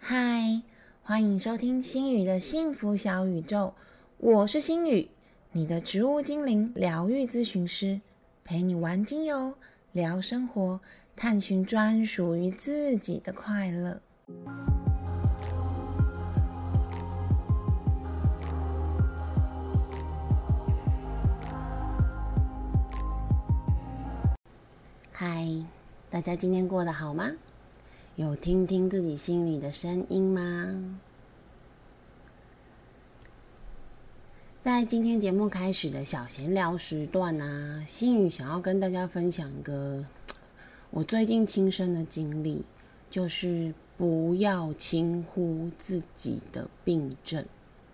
嗨，欢迎收听星宇的幸福小宇宙，我是星宇，你的植物精灵疗愈咨询师，陪你玩精油，聊生活，探寻专属于自己的快乐。嗨，大家今天过得好吗？有听听自己心里的声音吗？在今天节目开始的小闲聊时段啊，心语想要跟大家分享一个我最近亲身的经历，就是不要轻忽自己的病症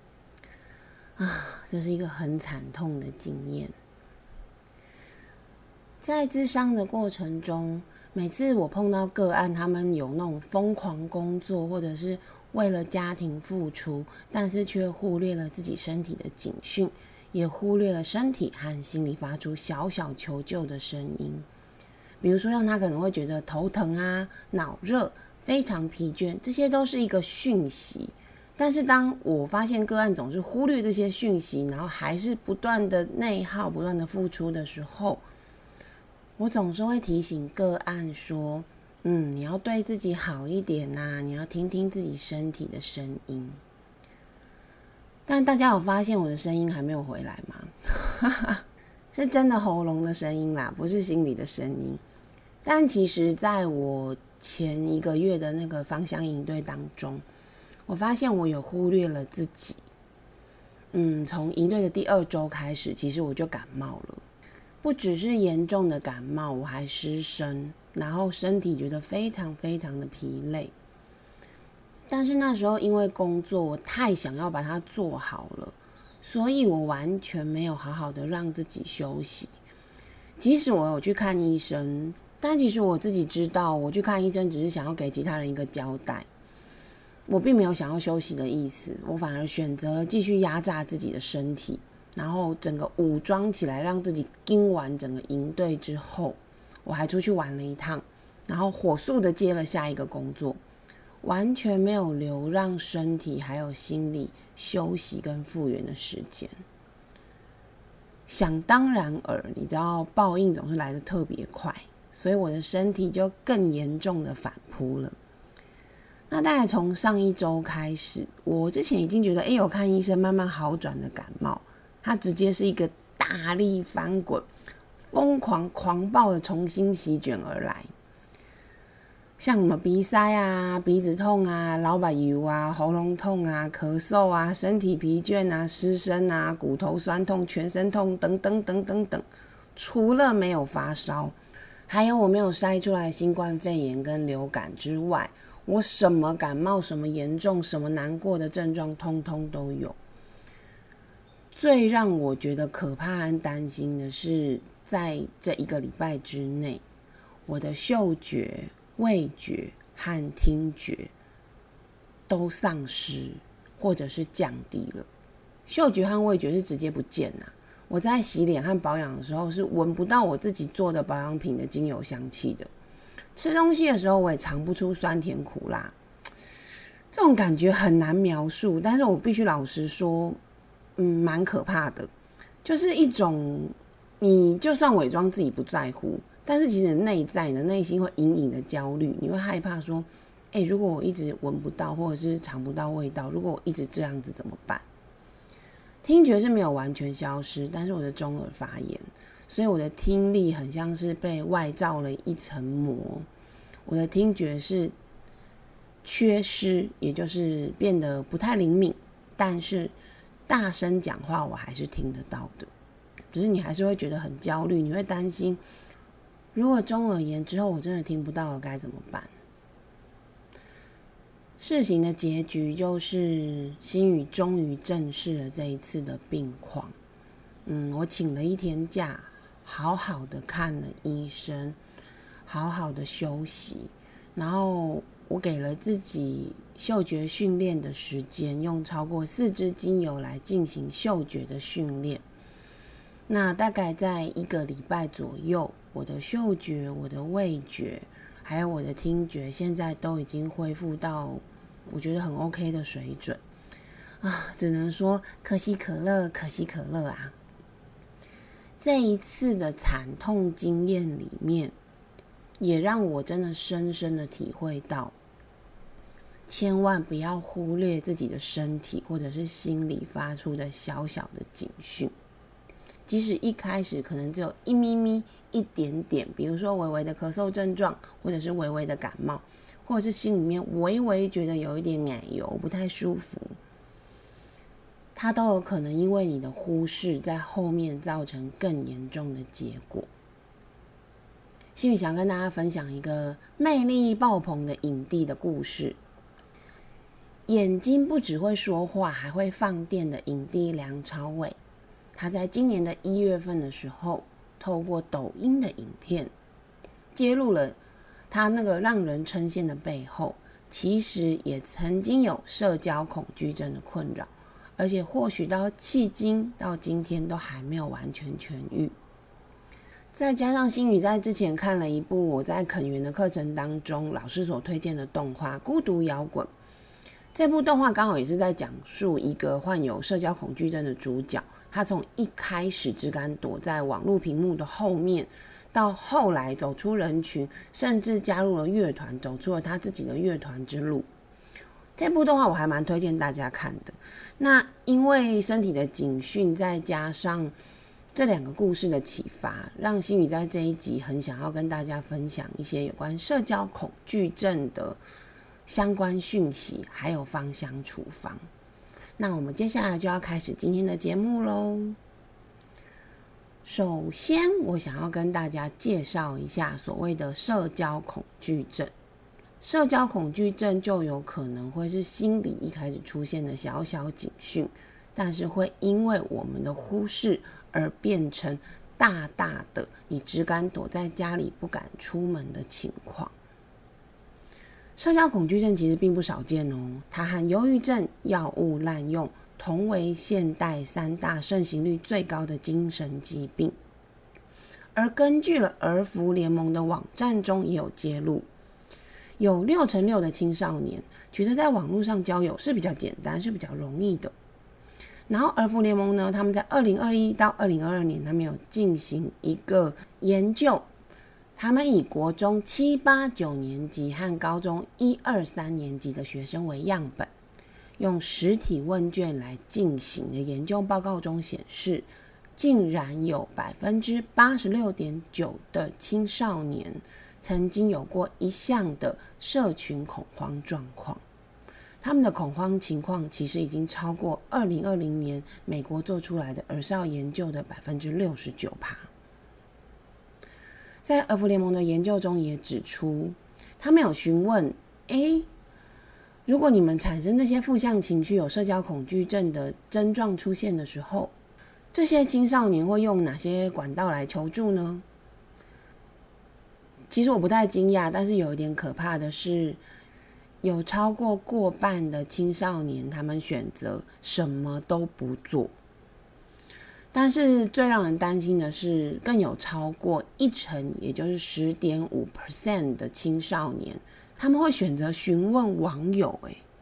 啊，这是一个很惨痛的经验。在諮商的过程中，每次我碰到个案，他们有那种疯狂工作，或者是为了家庭付出，但是却忽略了自己身体的警讯，也忽略了身体和心理发出小小求救的声音。比如说让他可能会觉得头疼啊、脑热、非常疲倦，这些都是一个讯息。但是当我发现个案总是忽略这些讯息，然后还是不断的内耗、不断的付出的时候，我总是会提醒个案说，你要对自己好一点啊，你要听听自己身体的声音。但大家有发现我的声音还没有回来吗？是真的喉咙的声音啦，不是心里的声音。但其实在我前1个月的那个芳香营队当中，我发现我有忽略了自己。从营队的第2周开始，其实我就感冒了。不只是严重的感冒，我还失声，然后身体觉得非常非常的疲累。但是那时候因为工作，我太想要把它做好了，所以我完全没有好好的让自己休息。即使我有去看医生，但其实我自己知道，我去看医生只是想要给其他人一个交代，我并没有想要休息的意思，我反而选择了继续压榨自己的身体，然后整个武装起来，让自己盯完整个营队之后，我还出去玩了一趟，然后火速的接了下一个工作，完全没有留让身体还有心理休息跟复原的时间。想当然尔，你知道报应总是来得特别快，所以我的身体就更严重的反扑了。那大概从上1周开始，我之前已经觉得有看医生慢慢好转的感冒，它直接是一个大力翻滚，疯狂狂暴的重新席卷而来。像什么鼻塞啊、鼻子痛啊、老板油啊、喉咙痛啊、咳嗽啊、身体疲倦啊、失声啊、骨头酸痛、全身痛等等等等等，除了没有发烧，还有我没有筛出来新冠肺炎跟流感之外，我什么感冒、什么严重、什么难过的症状通通都有。最让我觉得可怕和担心的是，在这1个礼拜之内，我的嗅觉、味觉和听觉都丧失或者是降低了。嗅觉和味觉是直接不见了。我在洗脸和保养的时候是闻不到我自己做的保养品的精油香气的。吃东西的时候我也尝不出酸甜苦辣。这种感觉很难描述，但是我必须老实说，蛮可怕的。就是一种你就算伪装自己不在乎，但是其实内在你的内心会隐隐的焦虑，你会害怕说，如果我一直闻不到或者是尝不到味道，如果我一直这样子怎么办？听觉是没有完全消失，但是我的中耳发炎，所以我的听力很像是被外罩了一层膜，我的听觉是缺失，也就是变得不太灵敏，但是大声讲话我还是听得到的，只是你还是会觉得很焦虑，你会担心如果中耳炎之后我真的听不到了该怎么办？事情的结局就是心宇终于正视了这一次的病况。我请了1天假，好好的看了医生，好好的休息，然后我给了自己嗅觉训练的时间，用超过4支精油来进行嗅觉的训练。那大概在1个礼拜左右，我的嗅觉、我的味觉还有我的听觉现在都已经恢复到我觉得很 OK 的水准啊，只能说可喜可乐，可喜可乐啊。这一次的惨痛经验里面，也让我真的深深的体会到，千万不要忽略自己的身体或者是心里发出的小小的警讯，即使一开始可能只有一咪咪一点点，比如说微微的咳嗽症状，或者是微微的感冒，或者是心里面微微觉得有一点奶油不太舒服，它都有可能因为你的忽视在后面造成更严重的结果。心语想跟大家分享一个魅力爆棚的影帝的故事。眼睛不只会说话还会放电的影帝梁朝伟，他在今年的1月份的时候，透过抖音的影片揭露了他那个让人称羡的背后，其实也曾经有社交恐惧症的困扰，而且或许迄今到今天都还没有完全痊愈。再加上心语在之前看了一部我在肯园的课程当中老师所推荐的动画《孤独摇滚》，这部动画刚好也是在讲述一个患有社交恐惧症的主角，他从一开始只敢躲在网络屏幕的后面，到后来走出人群，甚至加入了乐团，走出了他自己的乐团之路。这部动画我还蛮推荐大家看的。那因为身体的警讯，再加上这2个故事的启发，让心语在这一集很想要跟大家分享一些有关社交恐惧症的相关讯息，还有芳香处方。那我们接下来就要开始今天的节目咯。首先我想要跟大家介绍一下所谓的社交恐惧症。社交恐惧症就有可能会是心理一开始出现的小小警讯，但是会因为我们的忽视而变成大大的你只敢躲在家里不敢出门的情况。社交恐惧症其实并不少见哦，它和忧郁症、药物滥用同为现代3大盛行率最高的精神疾病。而根据了儿福联盟的网站中也有揭露，有6%的青少年觉得在网络上交友是比较简单，是比较容易的。然后儿福联盟呢，他们在2021到2022年，他们有进行一个研究，他们以国中7、8、9年级和高中1、2、3年级的学生为样本，用实体问卷来进行的研究报告中显示，竟然有 86.9% 的青少年曾经有过一项的社群恐慌状况。他们的恐慌情况其实已经超过2020年美国做出来的儿少研究的 69%。 在儿福联盟的研究中也指出，他们有询问如果你们产生那些负向情绪，有社交恐惧症的症状出现的时候，这些青少年会用哪些管道来求助呢？其实我不太惊讶，但是有一点可怕的是，有超过半的青少年他们选择什么都不做。但是最让人担心的是，更有超过1成，也就是 10.5% 的青少年他们会选择询问网友。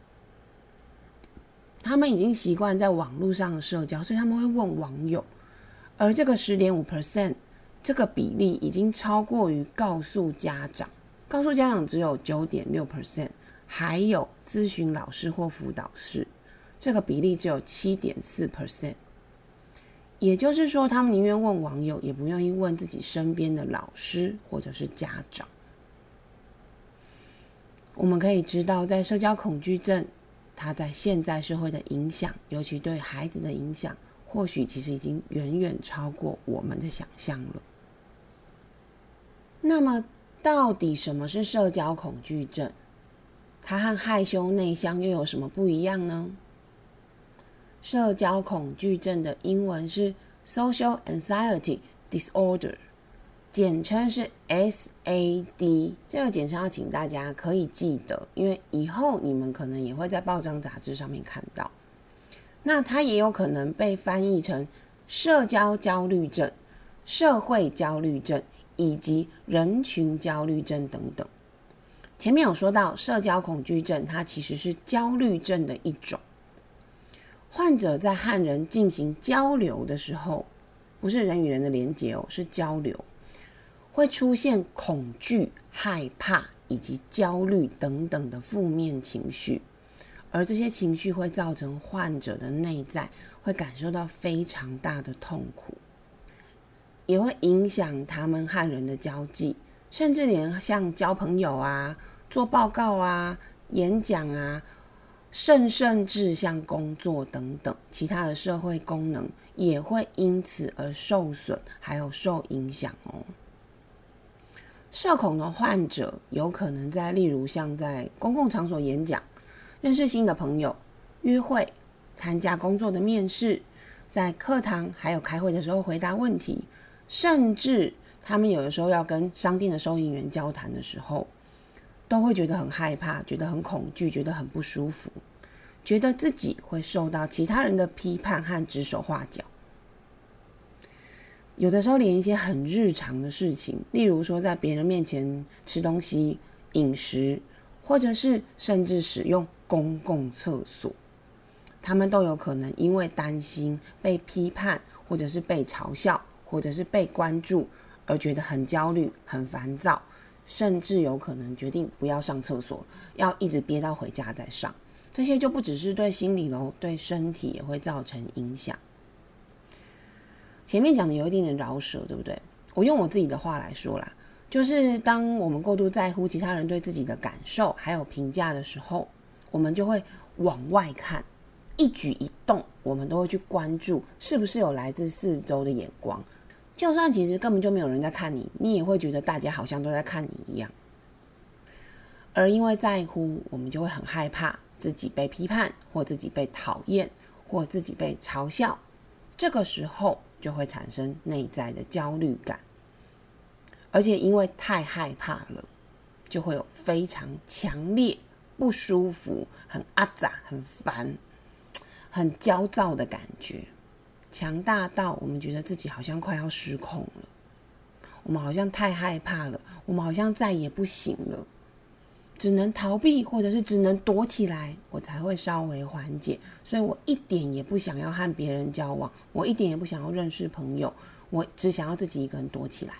他们已经习惯在网络上社交，所以他们会问网友。而这个 10.5%， 这个比例已经超过于告诉家长只有 9.6%， 还有咨询老师或辅导室，这个比例只有 7.4%。 也就是说，他们宁愿问网友，也不愿意问自己身边的老师或者是家长。我们可以知道，在社交恐惧症它在现在社会的影响，尤其对孩子的影响，或许其实已经远远超过我们的想象了。那么到底什么是社交恐惧症？它和害羞内向又有什么不一样呢？社交恐惧症的英文是 Social Anxiety Disorder， 简称是 SAD。 这个简称要请大家可以记得，因为以后你们可能也会在报章杂志上面看到。那它也有可能被翻译成社交焦虑症、社会焦虑症以及人群焦虑症等等。 前面有说到社交恐惧症，它其实是焦虑症的一种。患者在和人进行交流的时候，不是人与人的连结哦，是交流，会出现恐惧、害怕以及焦虑等等的负面情绪，而这些情绪会造成患者的内在会感受到非常大的痛苦，也会影响他们和人的交际，甚至连像交朋友啊、做报告啊、演讲啊，甚至像工作等等其他的社会功能也会因此而受损，还有受影响哦。社恐的患者有可能在例如像在公共场所演讲、认识新的朋友、约会、参加工作的面试，在课堂还有开会的时候回答问题，甚至他们有的时候要跟商店的收银员交谈的时候，都会觉得很害怕，觉得很恐惧，觉得很不舒服，觉得自己会受到其他人的批判和指手画脚。有的时候连一些很日常的事情，例如说在别人面前吃东西、饮食，或者是甚至使用公共厕所，他们都有可能因为担心被批判，或者是被嘲笑，或者是被关注，而觉得很焦虑、很烦躁，甚至有可能决定不要上厕所，要一直憋到回家再上。这些就不只是对心理咯，对身体也会造成影响。前面讲的有一点点饶舌，对不对？我用我自己的话来说啦，就是当我们过度在乎其他人对自己的感受还有评价的时候，我们就会往外看，一举一动我们都会去关注是不是有来自四周的眼光，就算其实根本就没有人在看你，你也会觉得大家好像都在看你一样。而因为在乎，我们就会很害怕自己被批判，或自己被讨厌，或自己被嘲笑，这个时候就会产生内在的焦虑感，而且因为太害怕了，就会有非常强烈、不舒服、很阿杂、很烦、很焦躁的感觉，强大到我们觉得自己好像快要失控了，我们好像太害怕了，我们好像再也不行了，只能逃避或者是只能躲起来，我才会稍微缓解。所以我一点也不想要和别人交往，我一点也不想要认识朋友，我只想要自己一个人躲起来。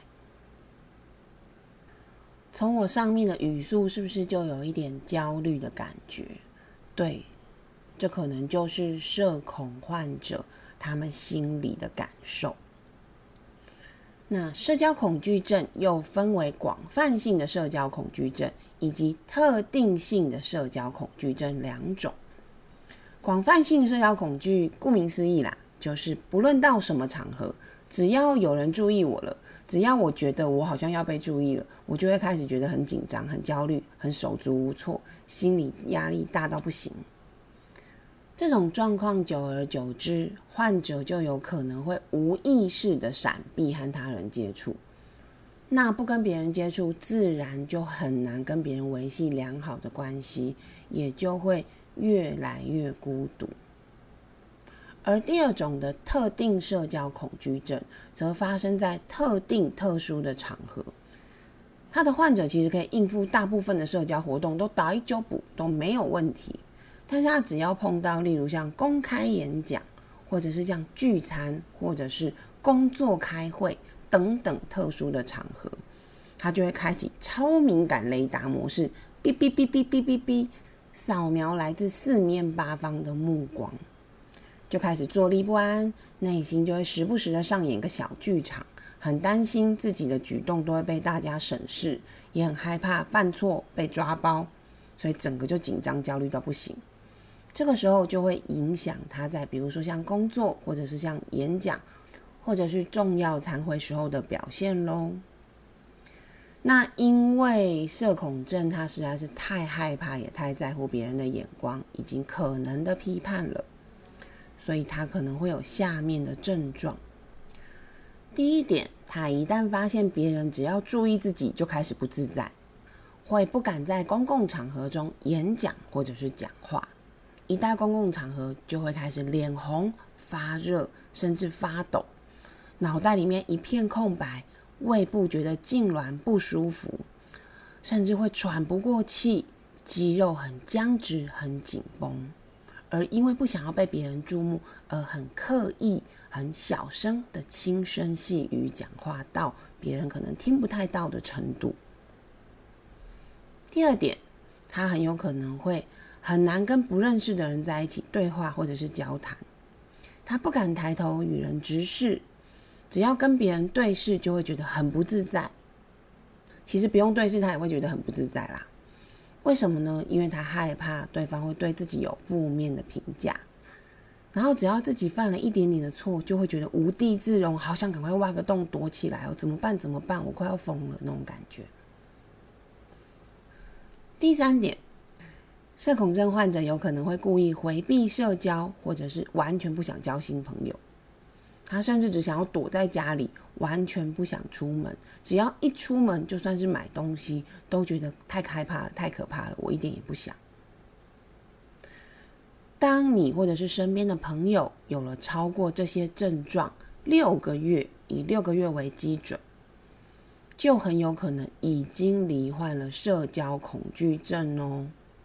从我上面的语速是不是就有一点焦虑的感觉？对，这可能就是社恐患者他们心里的感受。那社交恐惧症又分为广泛性的社交恐惧症以及特定性的社交恐惧症两种。广泛性的社交恐惧顾名思义啦，就是不论到什么场合，只要有人注意我了，只要我觉得我好像要被注意了，我就会开始觉得很紧张、很焦虑、很手足无措，心理压力大到不行。这种状况久而久之，患者就有可能会无意识的闪避和他人接触。那不跟别人接触，自然就很难跟别人维系良好的关系，也就会越来越孤独。而第二种的特定社交恐惧症，则发生在特定特殊的场合。他的患者其实可以应付大部分的社交活动，都打一九补都没有问题。但是他只要碰到例如像公开演讲，或者是像聚餐，或者是工作开会等等特殊的场合，他就会开启超敏感雷达模式，哔哔哔哔哔哔哔，扫描来自四面八方的目光，就开始坐立不安，内心就会时不时的上演个小剧场，很担心自己的举动都会被大家审视，也很害怕犯错被抓包，所以整个就紧张焦虑到不行。这个时候就会影响他在比如说像工作，或者是像演讲，或者是重要餐会时候的表现咯。那因为社恐症他实在是太害怕，也太在乎别人的眼光以及可能的批判了，所以他可能会有下面的症状。第一点，他一旦发现别人只要注意自己就开始不自在，会不敢在公共场合中演讲或者是讲话，一到公共场合就会开始脸红、发热，甚至发抖，脑袋里面一片空白，胃部觉得痉挛不舒服， 甚至会喘不过气，肌肉很僵直、很紧绷，而因为不想要被别人注目，而很刻意、很小声的轻声细语讲话到别人可能听不太到的程度。第二点，他很有可能会很难跟不认识的人在一起对话或者是交谈，他不敢抬头与人直视，只要跟别人对视就会觉得很不自在。其实不用对视他也会觉得很不自在啦。为什么呢？因为他害怕对方会对自己有负面的评价，然后只要自己犯了一点点的错，就会觉得无地自容，好想赶快挖个洞躲起来，怎么办，我快要疯了那种感觉。第三点，社恐症患者有可能会故意回避社交，或者是完全不想交新朋友。他甚至只想要躲在家里，完全不想出门，只要一出门，就算是买东西都觉得太害怕了，太可怕了，我一点也不想。当你或者是身边的朋友有了超过这些症状6个月，以6个月为基准，就很有可能已经罹患了社交恐惧症哦。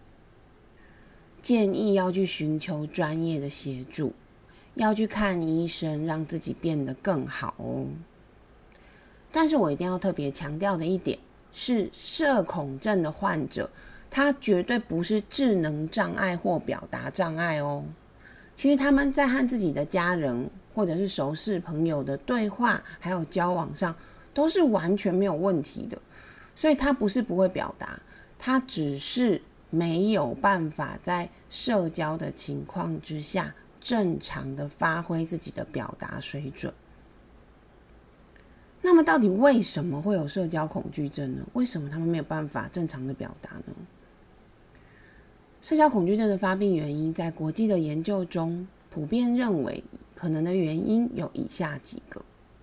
建议要去寻求专业的协助，要去看医生，让自己变得更好哦。但是我一定要特别强调的一点是，社恐症的患者他绝对不是智能障碍或表达障碍哦。其实他们在和自己的家人或者是熟识朋友的对话还有交往上都是完全没有问题的，所以他不是不会表达，他只是没有办法在社交的情况之下正常的发挥自己的表达水准。那么到底为什么会有社交恐惧症呢？为什么他们没有办法正常的表达呢？社交恐惧症的发病原因在国际的研究中普遍认为可能的原因有以下几个。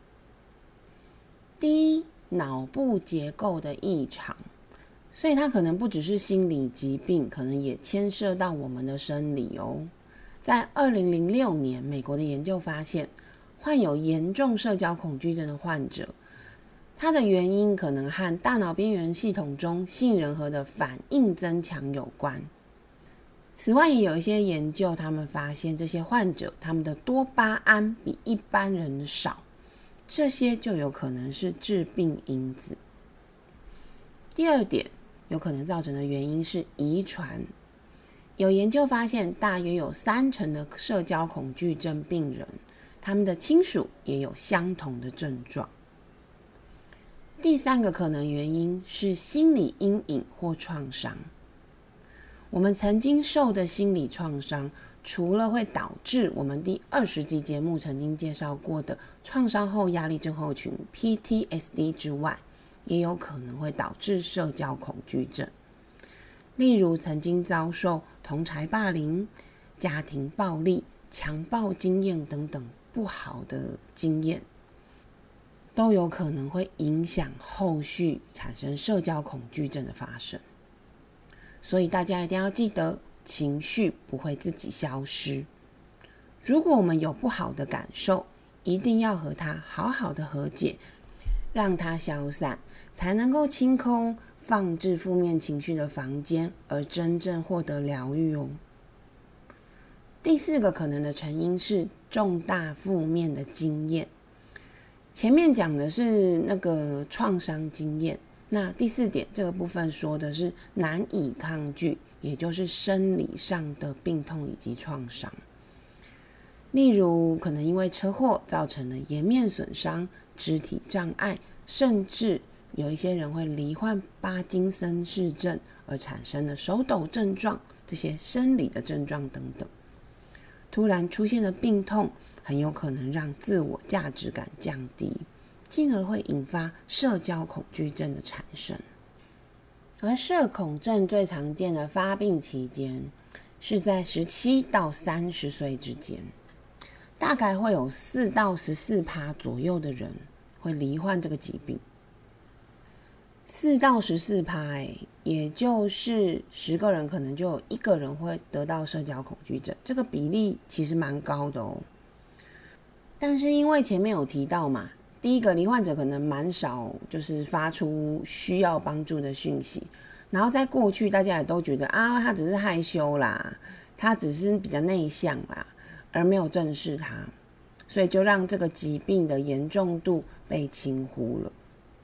第一，脑部结构的异常，所以它可能不只是心理疾病，可能也牵涉到我们的生理哦。在2006年，美国的研究发现，患有严重社交恐惧症的患者，它的原因可能和大脑边缘系统中杏仁核的反应增强有关。此外，也有一些研究，他们发现这些患者他们的多巴胺比一般人少，这些就有可能是致病因子。第二点，有可能造成的原因是遗传。有研究发现，大约有30%的社交恐惧症病人，他们的亲属也有相同的症状。第三个可能原因是心理阴影或创伤。我们曾经受的心理创伤，除了会导致我们第20集节目曾经介绍过的创伤后压力症候群 PTSD 之外，也有可能会导致社交恐惧症。例如曾经遭受同侪霸凌、家庭暴力、强暴经验等等不好的经验，都有可能会影响后续产生社交恐惧症的发生。所以大家一定要记得，情绪不会自己消失。如果我们有不好的感受，一定要和它好好的和解，让它消散，才能够清空放置负面情绪的房间，而真正获得疗愈哦。第4个可能的成因是重大负面的经验。前面讲的是那个创伤经验，那第4点这个部分说的是难以抗拒，也就是生理上的病痛以及创伤。例如可能因为车祸造成的颜面损伤、肢体障碍，甚至有一些人会罹患帕金森氏症而产生的手抖症状，这些生理的症状等等。突然出现的病痛很有可能让自我价值感降低，进而会引发社交恐惧症的产生。而社恐症最常见的发病期间是在17到30岁之间，大概会有4到14% 左右的人会罹患这个疾病。4到14%，也就是10个人可能就有1个人会得到社交恐惧症，这个比例其实蛮高的哦。但是因为前面有提到嘛， 第一个，罹患者可能蛮少就是发出需要帮助的讯息，然后在过去大家也都觉得他只是害羞啦，他只是比较内向啦，而没有正视他，所以就让这个疾病的严重度被轻忽了。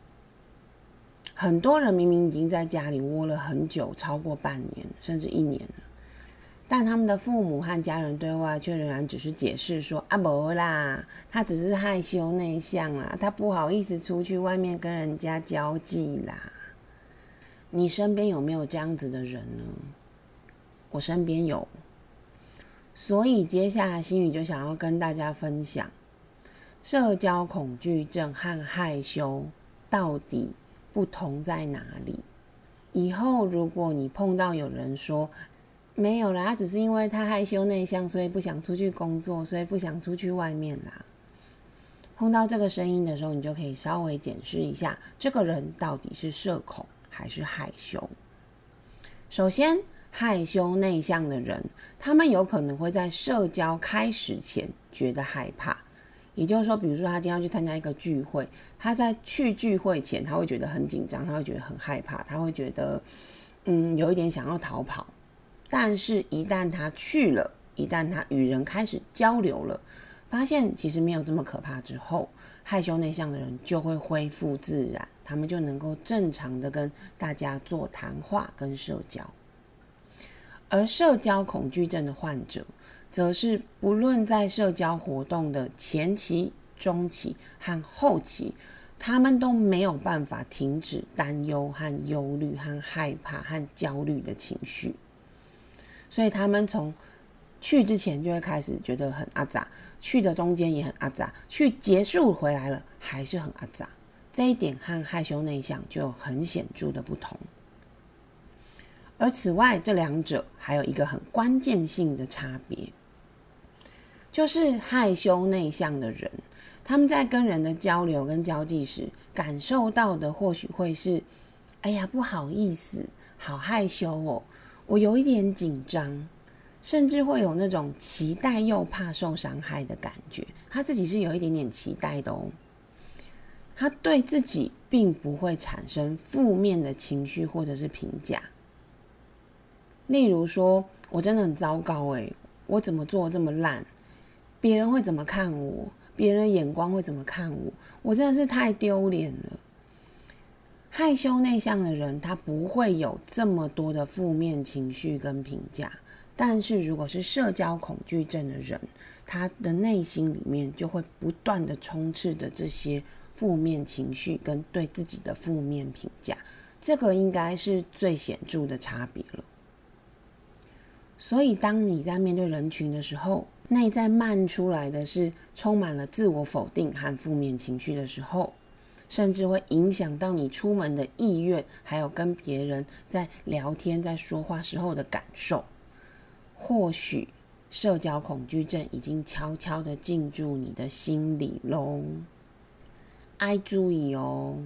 很多人明明已经在家里窝了很久，超过半年甚至1年了，但他们的父母和家人对外却仍然只是解释说没啦，他只是害羞内向啦，他不好意思出去外面跟人家交际啦。你身边有没有这样子的人呢？我身边有。所以接下来心语就想要跟大家分享，社交恐惧症和害羞到底不同在哪里？以后如果你碰到有人说没有啦，他只是因为他害羞内向，所以不想出去工作，所以不想出去外面啦。碰到这个声音的时候，你就可以稍微检视一下，这个人到底是社恐还是害羞。首先，害羞内向的人，他们有可能会在社交开始前觉得害怕。也就是说，比如说他今天要去参加一个聚会，他在去聚会前他会觉得很紧张，他会觉得很害怕，他会觉得有一点想要逃跑。但是一旦他去了，一旦他与人开始交流了，发现其实没有这么可怕之后，害羞内向的人就会恢复自然，他们就能够正常的跟大家做谈话跟社交。而社交恐惧症的患者则是不论在社交活动的前期、中期和后期，他们都没有办法停止担忧和忧虑和害怕和焦虑的情绪，所以他们从去之前就会开始觉得很阿杂，去的中间也很阿杂，去结束回来了还是很阿杂。这一点和害羞内向就有很显著的不同。而此外，这两者还有一个很关键性的差别，就是害羞内向的人，他们在跟人的交流跟交际时，感受到的或许会是不好意思，好害羞哦，我有一点紧张，甚至会有那种期待又怕受伤害的感觉，他自己是有一点点期待的哦。他对自己并不会产生负面的情绪或者是评价，例如说我真的很糟糕我怎么做这么烂，别人会怎么看我，别人的眼光会怎么看我，我真的是太丢脸了。害羞内向的人他不会有这么多的负面情绪跟评价，但是如果是社交恐惧症的人，他的内心里面就会不断的充斥着这些负面情绪跟对自己的负面评价，这个应该是最显著的差别了。所以当你在面对人群的时候，内在漫出来的是充满了自我否定和负面情绪的时候，甚至会影响到你出门的意愿，还有跟别人在聊天在说话时候的感受，或许社交恐惧症已经悄悄的进驻你的心里咯。爱注意哦。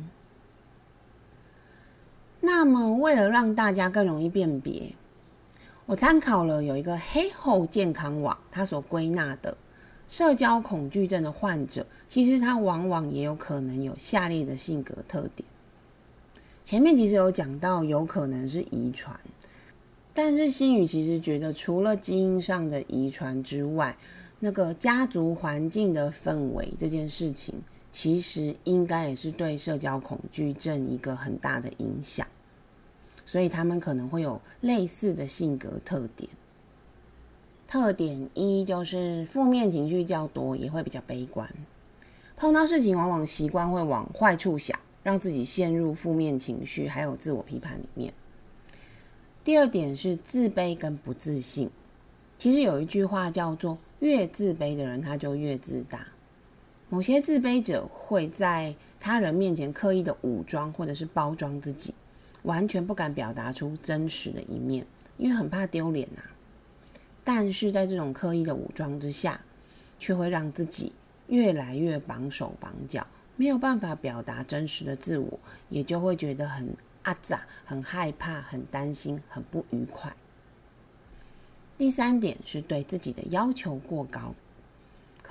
那么为了让大家更容易辨别，我参考了有一个黑后健康网他所归纳的社交恐惧症的患者，其实他往往也有可能有下列的性格特点。前面其实有讲到有可能是遗传，但是心语其实觉得除了基因上的遗传之外，那个家族环境的氛围这件事情，其实应该也是对社交恐惧症一个很大的影响。所以他们可能会有类似的性格特点。特点一就是负面情绪较多，也会比较悲观，碰到事情往往习惯会往坏处想，让自己陷入负面情绪还有自我批判里面。第二点是自卑跟不自信。其实有一句话叫做越自卑的人他就越自大。某些自卑者会在他人面前刻意的武装或者是包装自己，完全不敢表达出真实的一面，因为很怕丢脸啊。但是在这种刻意的武装之下，却会让自己越来越绑手绑脚，没有办法表达真实的自我，也就会觉得很阿杂，很害怕，很担心，很不愉快。第三点是对自己的要求过高，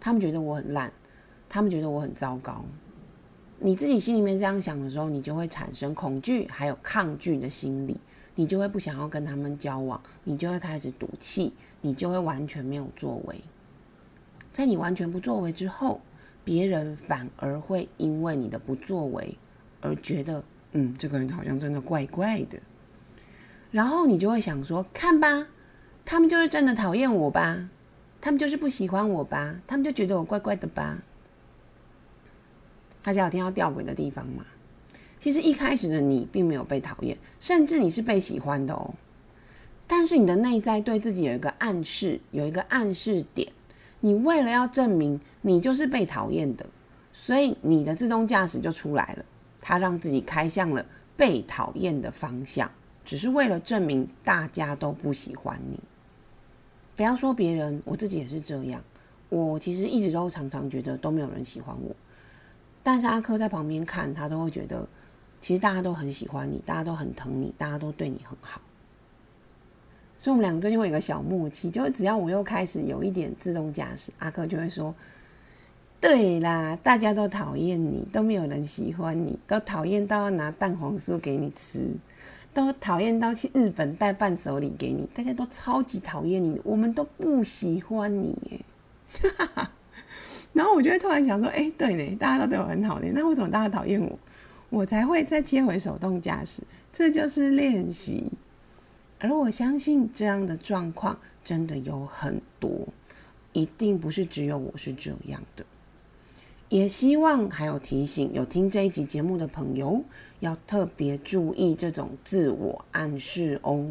他们觉得我很烂，他们觉得我很糟糕。你自己心里面这样想的时候，你就会产生恐惧还有抗拒的心理，你就会不想要跟他们交往，你就会开始赌气，你就会完全没有作为。在你完全不作为之后，别人反而会因为你的不作为而觉得这个人好像真的怪怪的，然后你就会想说，看吧，他们就是真的讨厌我吧，他们就是不喜欢我吧，他们就觉得我怪怪的吧。大家有听到吊诡的地方吗？其实一开始的你并没有被讨厌，甚至你是被喜欢的哦。但是你的内在对自己有一个暗示，有一个暗示点，你为了要证明你就是被讨厌的，所以你的自动驾驶就出来了，它让自己开向了被讨厌的方向，只是为了证明大家都不喜欢你。不要说别人，我自己也是这样。我其实一直都常常觉得都没有人喜欢我，但是阿珂在旁边看，他都会觉得其实大家都很喜欢你，大家都很疼你，大家都对你很好。所以我们两个最近会有一个小默契，就是只要我又开始有一点自动驾驶，阿珂就会说，对啦，大家都讨厌你，都没有人喜欢你，都讨厌到要拿蛋黄酥给你吃，都讨厌到去日本带伴手礼给你，大家都超级讨厌你，我们都不喜欢你耶。然后我就会突然想说，对呢，大家都对我很好呢，那为什么大家讨厌我？我才会再切回手动驾驶，这就是练习。而我相信这样的状况真的有很多，一定不是只有我是这样的。也希望还有提醒有听这一集节目的朋友，要特别注意这种自我暗示哦。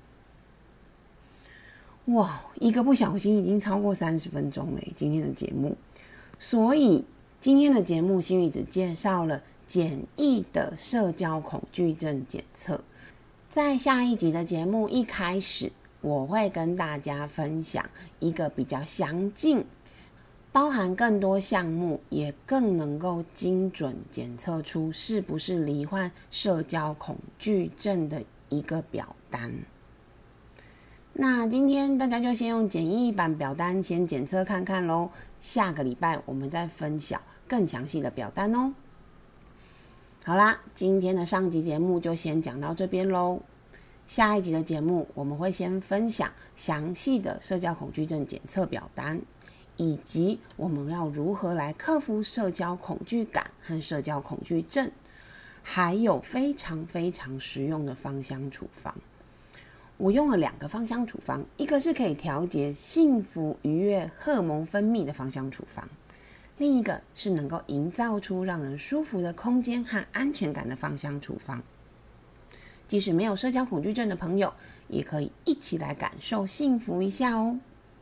哇，一个不小心已经超过30分钟了，今天的节目。所以今天的节目心语只介绍了简易的社交恐惧症检测。在下一集的节目一开始，我会跟大家分享一个比较详尽，包含更多项目，也更能够精准检测出是不是罹患社交恐惧症的一个表单。那今天大家就先用简易版表单先检测看看咯，下个礼拜我们再分享更详细的表单哦。好啦，今天的上集节目就先讲到这边咯。下一集的节目我们会先分享详细的社交恐惧症检测表单，以及我们要如何来克服社交恐惧感和社交恐惧症，还有非常非常实用的芳香处方。我用了2个芳香处方，一个是可以调节幸福愉悦荷尔蒙分泌的芳香处方，另一个是能够营造出让人舒服的空间和安全感的芳香处方。即使没有社交恐惧症的朋友，也可以一起来感受幸福一下哦。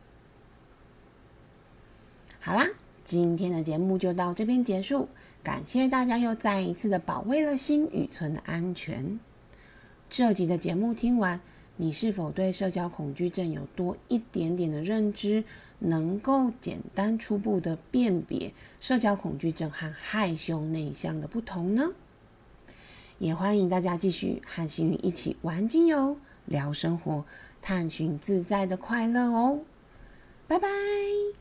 好啦，今天的节目就到这边结束，感谢大家又再一次的保卫了心与存的安全。这集的节目听完，你是否对社交恐惧症有多一点点的认知，能够简单初步的辨别社交恐惧症和害羞内向的不同呢？也欢迎大家继续和心语一起玩精油、聊生活、探寻自在的快乐哦。拜拜。